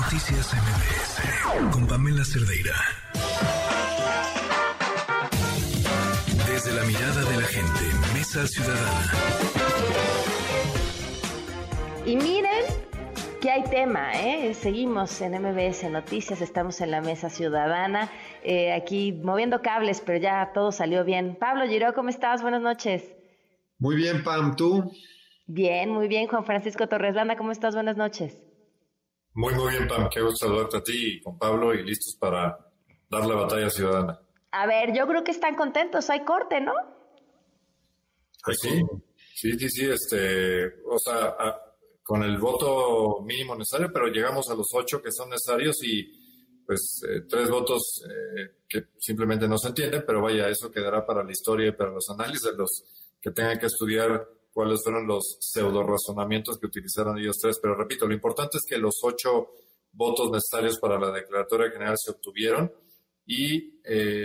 Noticias MBS con Pamela Cerdeira. Desde la mirada de la gente, Mesa Ciudadana. Y miren que hay tema, seguimos en MBS Noticias, estamos en la Mesa Ciudadana, aquí moviendo cables, pero ya todo salió bien. Pablo Giró, ¿cómo estás? Buenas noches. Muy bien, Pam, ¿tú? Bien, muy bien. Juan Francisco Torres Landa, ¿cómo estás? Buenas noches. Muy bien, Pam. Qué gusto saludarte a ti y con Pablo y listos para dar la batalla ciudadana. A ver, yo creo que están contentos. Hay corte, ¿no? Pues sí. Con el voto mínimo necesario, pero llegamos a los 8 que son necesarios y pues 3 votos que simplemente no se entienden, pero vaya, eso quedará para la historia y para los análisis de los que tengan que estudiar cuáles fueron los pseudo razonamientos que utilizaron ellos 3. Pero repito, lo importante es que los 8 votos necesarios para la declaratoria general se obtuvieron y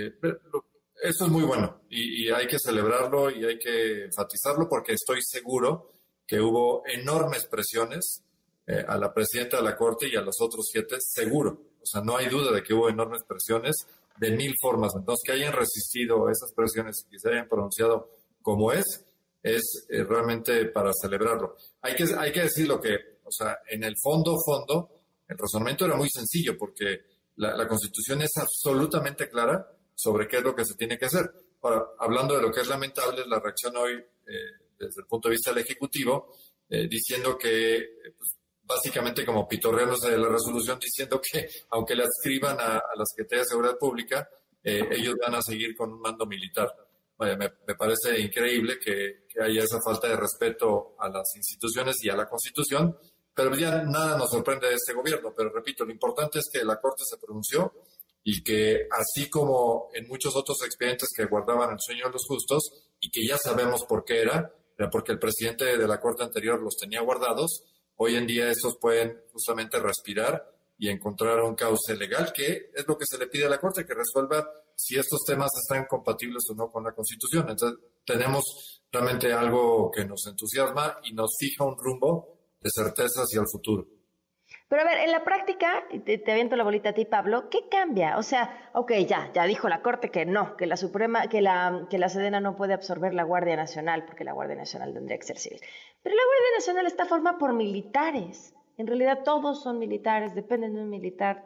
eso es muy bueno y hay que celebrarlo y hay que enfatizarlo porque estoy seguro que hubo enormes presiones a la presidenta de la Corte y a los otros 7, seguro. O sea, no hay duda de que hubo enormes presiones de 1000 formas. Entonces, que hayan resistido esas presiones y se hayan pronunciado como es realmente para celebrarlo. Hay que decir lo que, o sea, en el fondo, el razonamiento era muy sencillo porque la Constitución es absolutamente clara sobre qué es lo que se tiene que hacer. Ahora, hablando de lo que es lamentable, la reacción hoy desde el punto de vista del Ejecutivo, diciendo que, pues, básicamente como pitorreándose de la resolución, diciendo que aunque la adscriban a la Secretaría de Seguridad Pública, ellos van a seguir con un mando militar. Vaya, me parece increíble que haya esa falta de respeto a las instituciones y a la Constitución, pero ya nada nos sorprende de este gobierno. Pero repito, lo importante es que la Corte se pronunció y que así como en muchos otros expedientes que guardaban el sueño de los justos y que ya sabemos por qué era porque el presidente de la Corte anterior los tenía guardados, hoy en día estos pueden justamente respirar y encontrar un cauce legal, que es lo que se le pide a la Corte, que resuelva si estos temas están compatibles o no con la Constitución. Entonces, tenemos realmente algo que nos entusiasma y nos fija un rumbo de certeza hacia el futuro. Pero a ver, en la práctica, te aviento la bolita a ti, Pablo, ¿qué cambia? O sea, ok, ya dijo la Corte que no, que la Suprema, que la Sedena no puede absorber la Guardia Nacional, porque la Guardia Nacional tendría que ser civil. Pero la Guardia Nacional está formada por militares. En realidad todos son militares, dependen de un militar.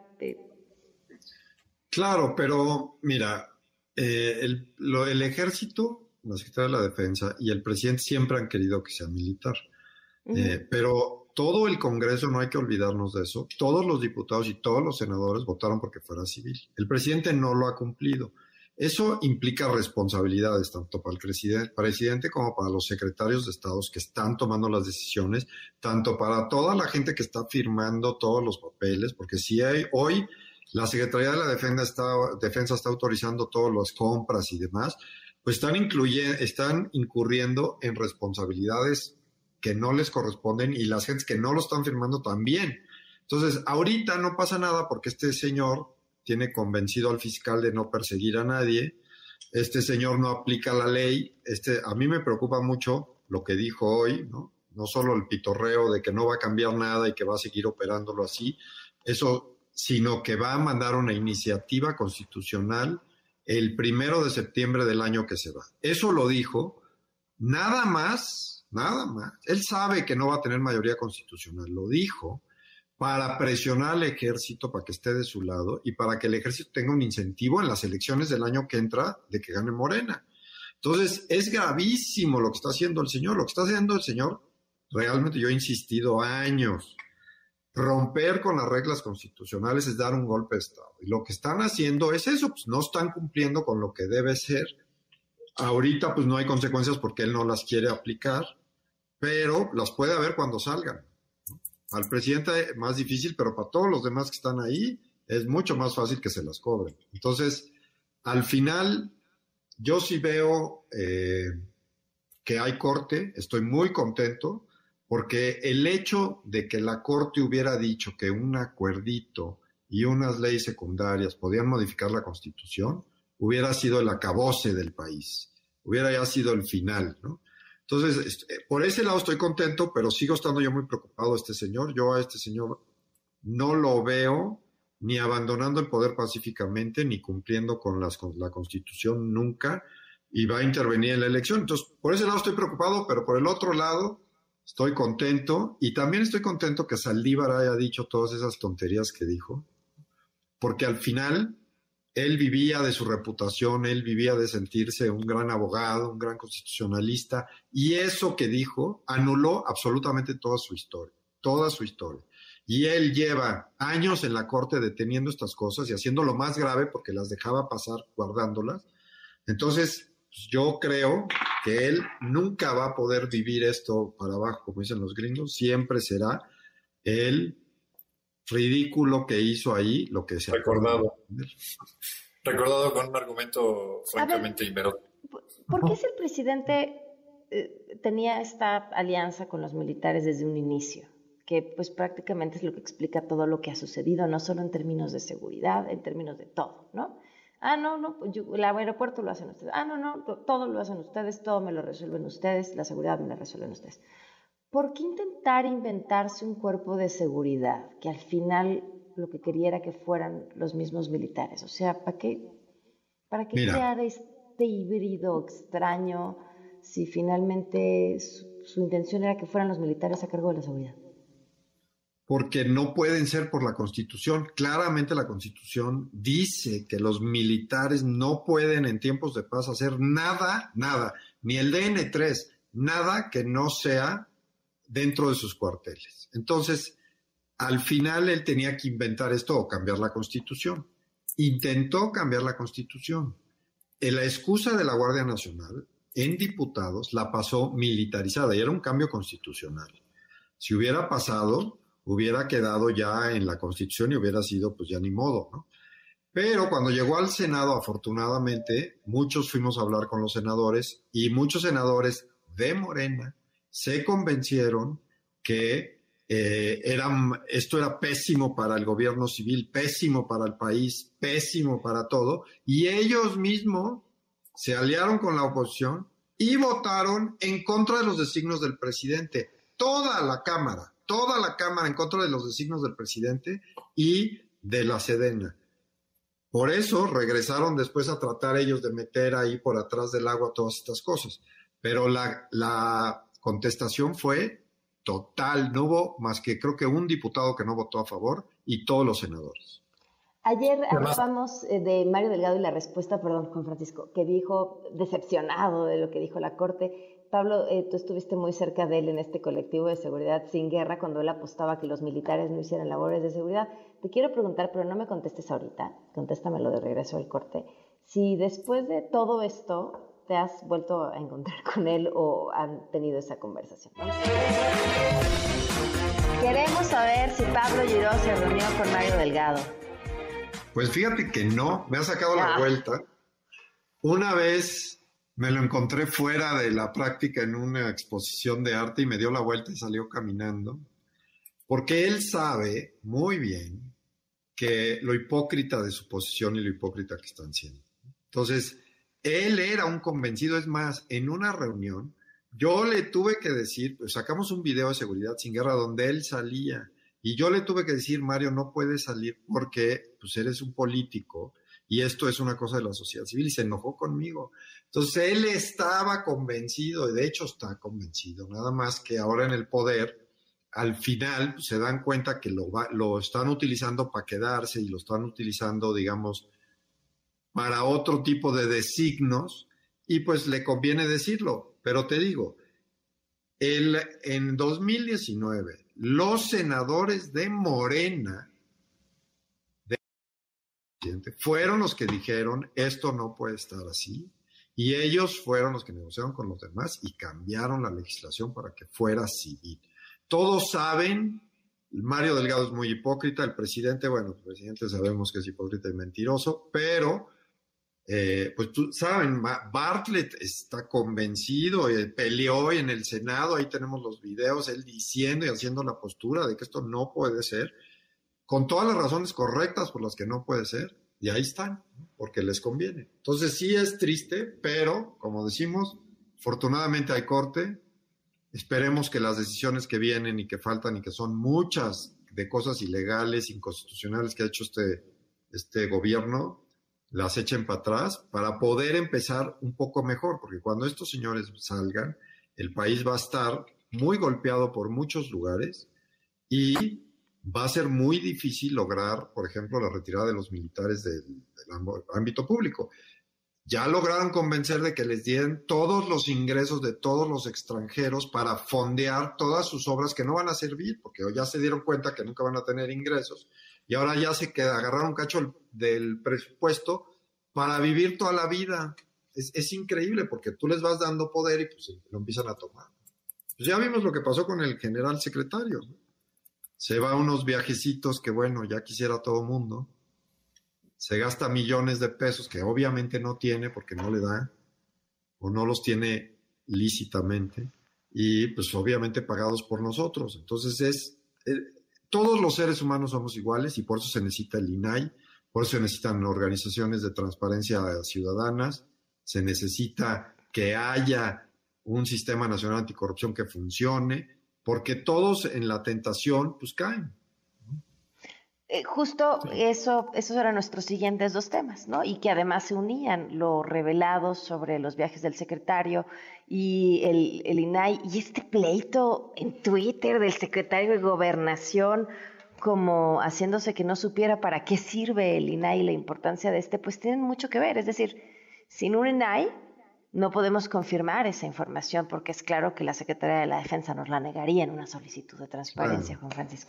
Claro, pero mira, el Ejército, la Secretaría de la Defensa y el presidente siempre han querido que sea militar. Pero todo el Congreso, no hay que olvidarnos de eso, todos los diputados y todos los senadores votaron porque fuera civil. El presidente no lo ha cumplido. Eso implica responsabilidades tanto para el presidente como para los secretarios de Estados que están tomando las decisiones, tanto para toda la gente que está firmando todos los papeles, porque si hoy la Secretaría de la Defensa está autorizando todas las compras y demás, pues están incurriendo en responsabilidades que no les corresponden y las gentes que no lo están firmando también. Entonces, ahorita no pasa nada porque este señor tiene convencido al fiscal de no perseguir a nadie, este señor no aplica la ley, a mí me preocupa mucho lo que dijo hoy, ¿no? No solo el pitorreo de que no va a cambiar nada y que va a seguir operándolo así, eso, sino que va a mandar una iniciativa constitucional el 1 de septiembre del año que se va. Eso lo dijo, nada más. Él sabe que no va a tener mayoría constitucional, lo dijo, para presionar al ejército para que esté de su lado y para que el ejército tenga un incentivo en las elecciones del año que entra de que gane Morena. Entonces, es gravísimo lo que está haciendo el señor. Lo que está haciendo el señor, realmente yo he insistido años, romper con las reglas constitucionales es dar un golpe de Estado. Y lo que están haciendo es eso, pues no están cumpliendo con lo que debe ser. Ahorita pues no hay consecuencias porque él no las quiere aplicar, pero las puede haber cuando salgan. Al presidente más difícil, pero para todos los demás que están ahí es mucho más fácil que se las cobren. Entonces, al final, yo sí veo que hay corte, estoy muy contento, porque el hecho de que la Corte hubiera dicho que un acuerdito y unas leyes secundarias podían modificar la Constitución, hubiera sido el acabose del país, hubiera ya sido el final, ¿no? Entonces, por ese lado estoy contento, pero sigo estando yo muy preocupado de este señor. Yo a este señor no lo veo ni abandonando el poder pacíficamente, ni cumpliendo con la Constitución nunca, y va a intervenir en la elección. Entonces, por ese lado estoy preocupado, pero por el otro lado estoy contento, y también estoy contento que Saldívar haya dicho todas esas tonterías que dijo, porque al final él vivía de su reputación, él vivía de sentirse un gran abogado, un gran constitucionalista, y eso que dijo anuló absolutamente toda su historia, toda su historia. Y él lleva años en la corte deteniendo estas cosas y haciendo lo más grave porque las dejaba pasar guardándolas. Entonces, yo creo que él nunca va a poder vivir esto para abajo, como dicen los gringos, siempre será el ridículo que hizo ahí, lo que se recordado con un argumento francamente inverosimil. ¿Por qué si el presidente tenía esta alianza con los militares desde un inicio? Que pues prácticamente es lo que explica todo lo que ha sucedido, no solo en términos de seguridad, en términos de todo, ¿no? El aeropuerto lo hacen ustedes. Todo lo hacen ustedes, todo me lo resuelven ustedes, la seguridad me la resuelven ustedes. ¿Por qué intentar inventarse un cuerpo de seguridad que al final lo que quería era que fueran los mismos militares? O sea, ¿para qué crear este híbrido extraño si finalmente su intención era que fueran los militares a cargo de la seguridad? Porque no pueden ser por la Constitución. Claramente la Constitución dice que los militares no pueden en tiempos de paz hacer nada, ni el DN3, nada que no sea dentro de sus cuarteles. Entonces, al final él tenía que inventar esto o cambiar la Constitución. Intentó cambiar la Constitución. La excusa de la Guardia Nacional en diputados la pasó militarizada y era un cambio constitucional. Si hubiera pasado, hubiera quedado ya en la Constitución y hubiera sido, pues ya ni modo, ¿no? Pero cuando llegó al Senado, afortunadamente, muchos fuimos a hablar con los senadores y muchos senadores de Morena se convencieron que esto era pésimo para el gobierno civil, pésimo para el país, pésimo para todo, y ellos mismos se aliaron con la oposición y votaron en contra de los designios del presidente. Toda la Cámara en contra de los designios del presidente y de la Sedena. Por eso regresaron después a tratar ellos de meter ahí por atrás del agua todas estas cosas. Pero la contestación fue total. No hubo más que creo que un diputado que no votó a favor y todos los senadores. Ayer hablábamos de Mario Delgado y la respuesta, perdón, Juan Francisco, que dijo decepcionado de lo que dijo la Corte. Pablo, tú estuviste muy cerca de él en este colectivo de seguridad sin guerra cuando él apostaba que los militares no hicieran labores de seguridad. Te quiero preguntar, pero no me contestes ahorita, contéstamelo de regreso al corte, si después de todo esto te has vuelto a encontrar con él o han tenido esa conversación. Queremos saber si Pablo Giró se reunió con Mario Delgado. Pues fíjate que no, me ha sacado la vuelta. Una vez me lo encontré fuera de la práctica en una exposición de arte y me dio la vuelta y salió caminando, porque él sabe muy bien que lo hipócrita de su posición y lo hipócrita que están siendo. Entonces, él era un convencido. Es más, en una reunión, yo le tuve que decir, pues sacamos un video de Seguridad Sin Guerra donde él salía, y yo le tuve que decir, Mario, no puedes salir porque pues eres un político y esto es una cosa de la sociedad civil, y se enojó conmigo. Entonces él estaba convencido, y de hecho está convencido, nada más que ahora en el poder, al final pues, se dan cuenta que lo están utilizando para quedarse y lo están utilizando, digamos, para otro tipo de designios, y pues le conviene decirlo. Pero te digo, en 2019, los senadores de Morena fueron los que dijeron esto no puede estar así, y ellos fueron los que negociaron con los demás y cambiaron la legislación para que fuera civil. Todos saben, Mario Delgado es muy hipócrita, el presidente sabemos que es hipócrita y mentiroso, pero pues tú saben, Bartlett está convencido, peleó en el Senado, ahí tenemos los videos, él diciendo y haciendo la postura de que esto no puede ser, con todas las razones correctas por las que no puede ser, y ahí están, porque les conviene. Entonces sí es triste, pero, como decimos, afortunadamente hay corte. Esperemos que las decisiones que vienen y que faltan y que son muchas de cosas ilegales, inconstitucionales que ha hecho este gobierno, las echen para atrás para poder empezar un poco mejor, porque cuando estos señores salgan, el país va a estar muy golpeado por muchos lugares y va a ser muy difícil lograr, por ejemplo, la retirada de los militares del ámbito público. Ya lograron convencer de que les den todos los ingresos de todos los extranjeros para fondear todas sus obras que no van a servir, porque ya se dieron cuenta que nunca van a tener ingresos, y ahora ya agarraron un cacho del presupuesto para vivir toda la vida. Es increíble, porque tú les vas dando poder y pues lo empiezan a tomar. Pues ya vimos lo que pasó con el general secretario, ¿no? Se va a unos viajecitos que, bueno, ya quisiera todo mundo. Se gasta millones de pesos que obviamente no tiene porque no le da o no los tiene lícitamente y pues obviamente pagados por nosotros. Entonces todos los seres humanos somos iguales y por eso se necesita el INAI, por eso se necesitan organizaciones de transparencia ciudadanas, se necesita que haya un sistema nacional anticorrupción que funcione, porque todos en la tentación pues caen. Justo esos eran nuestros siguientes dos temas, ¿no? Y que además se unían lo revelado sobre los viajes del secretario y el INAI, y este pleito en Twitter del secretario de Gobernación, como haciéndose que no supiera para qué sirve el INAI y la importancia de pues tienen mucho que ver. Es decir, sin un INAI no podemos confirmar esa información, porque es claro que la Secretaría de la Defensa nos la negaría en una solicitud de transparencia, Juan Francisco.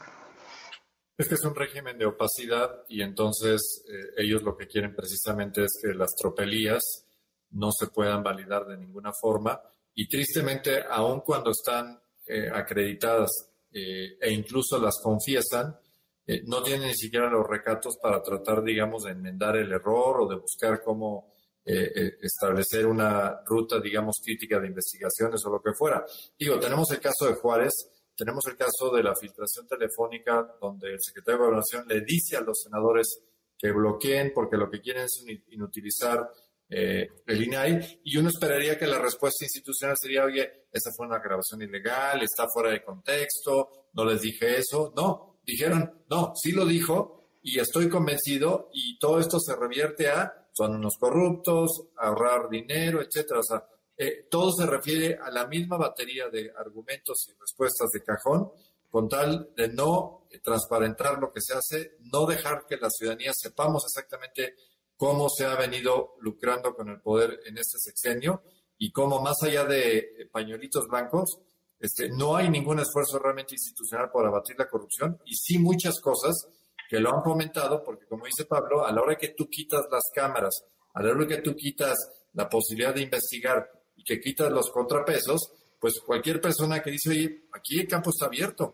Es que es un régimen de opacidad y entonces ellos lo que quieren precisamente es que las tropelías no se puedan validar de ninguna forma y tristemente, aun cuando están acreditadas e incluso las confiesan, no tienen ni siquiera los recatos para tratar, digamos, de enmendar el error o de buscar cómo establecer una ruta, digamos, crítica de investigaciones o lo que fuera. Digo, tenemos el caso de Juárez. Tenemos el caso de la filtración telefónica donde el secretario de Gobernación le dice a los senadores que bloqueen porque lo que quieren es inutilizar el INAI y uno esperaría que la respuesta institucional sería, oye, esa fue una grabación ilegal, está fuera de contexto, no les dije eso. No, dijeron, no, sí lo dijo y estoy convencido y todo esto se revierte a, son unos corruptos, ahorrar dinero, etcétera. O sea, todo se refiere a la misma batería de argumentos y respuestas de cajón, con tal de no transparentar lo que se hace, no dejar que la ciudadanía sepamos exactamente cómo se ha venido lucrando con el poder en este sexenio y cómo más allá de pañuelitos blancos, no hay ningún esfuerzo realmente institucional por abatir la corrupción y sí muchas cosas que lo han fomentado, porque como dice Pablo, a la hora que tú quitas las cámaras, a la hora que tú quitas la posibilidad de investigar y que quitas los contrapesos, pues cualquier persona que dice, oye, aquí el campo está abierto,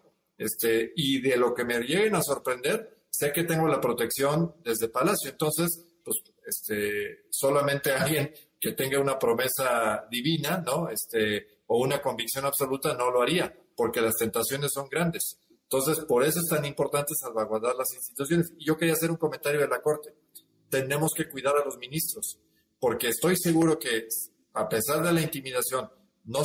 y de lo que me lleguen a sorprender, sé que tengo la protección desde Palacio, entonces, pues, solamente alguien que tenga una promesa divina, ¿no? O una convicción absoluta no lo haría, porque las tentaciones son grandes. Entonces, por eso es tan importante salvaguardar las instituciones. Y yo quería hacer un comentario de la Corte. Tenemos que cuidar a los ministros, porque estoy seguro que a pesar de la intimidación, no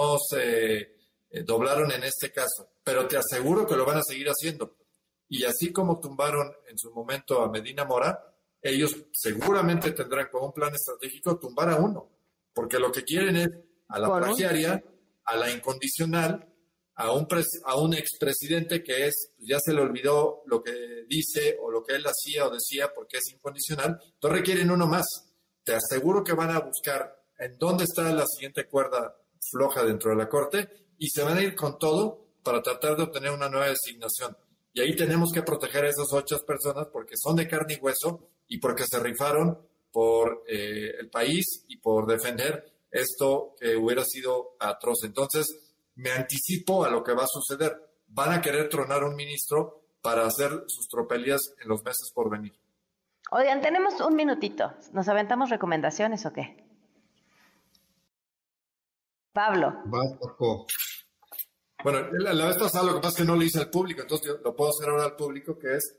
se doblaron en este caso, pero te aseguro que lo van a seguir haciendo. Y así como tumbaron en su momento a Medina Mora, ellos seguramente tendrán como un plan estratégico tumbar a uno, porque lo que quieren es a la plagiaria, a la incondicional, a un expresidente que ya se le olvidó lo que dice o lo que él hacía o decía porque es incondicional, entonces requieren uno más. Te aseguro que van a buscar en dónde está la siguiente cuerda floja dentro de la Corte y se van a ir con todo para tratar de obtener una nueva designación. Y ahí tenemos que proteger a esas 8 personas porque son de carne y hueso y porque se rifaron por el país y por defender esto que hubiera sido atroz. Entonces, me anticipo a lo que va a suceder. Van a querer tronar un ministro para hacer sus tropelías en los meses por venir. Oigan, tenemos un minutito. ¿Nos aventamos recomendaciones o qué? Pablo. Vas, Paco. Bueno, la vez pasada lo que pasa es que no lo hice al público, entonces yo lo puedo hacer ahora al público, que es...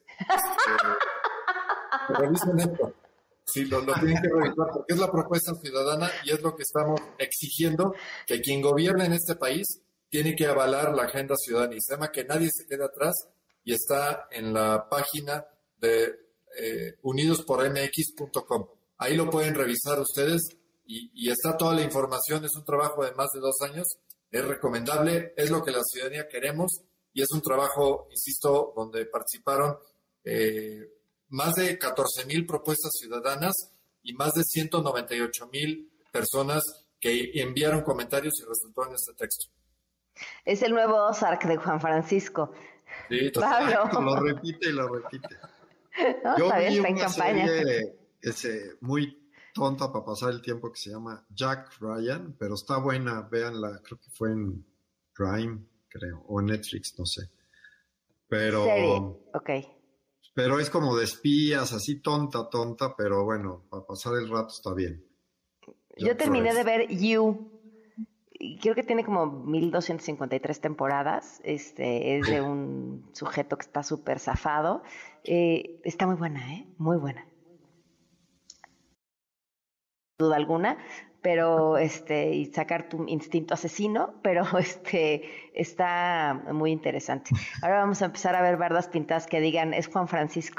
revisen esto. Sí, lo tienen que revisar porque es la propuesta ciudadana y es lo que estamos exigiendo, que quien gobierne en este país tiene que avalar la agenda ciudadana y se llama que nadie se quede atrás y está en la página de unidospormx.com. Ahí lo pueden revisar ustedes y está toda la información. Es un trabajo de más de 2 años. Es recomendable, es lo que la ciudadanía queremos y es un trabajo, insisto, donde participaron más de 14,000 propuestas ciudadanas y más de 198,000 personas que enviaron comentarios y resultó en este texto. Es el nuevo Ozark de Juan Francisco. Sí, Pablo. Lo repite y lo repite. No, Yo está bien, vi está en una campaña. serie muy tonta para pasar el tiempo que se llama Jack Ryan, pero está buena, véanla, creo que fue en Prime, creo, o en Netflix, no sé. Pero, Serie, ok. pero es como de espías, así tonta, pero bueno, para pasar el rato está bien. Yo terminé de ver You. Y creo que tiene como 1253 temporadas. Es de un sujeto que está súper zafado. Está muy buena, muy buena. Duda alguna, pero y sacar tu instinto asesino, pero está muy interesante. Ahora vamos a empezar a ver bardas pintadas que digan es Juan Francisco.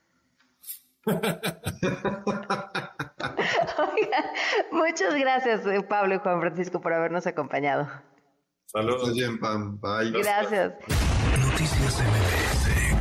Oigan, muchas gracias Pablo y Juan Francisco por habernos acompañado. Saludos. Estás bien, Pam. Bye. Gracias. Noticias MBS.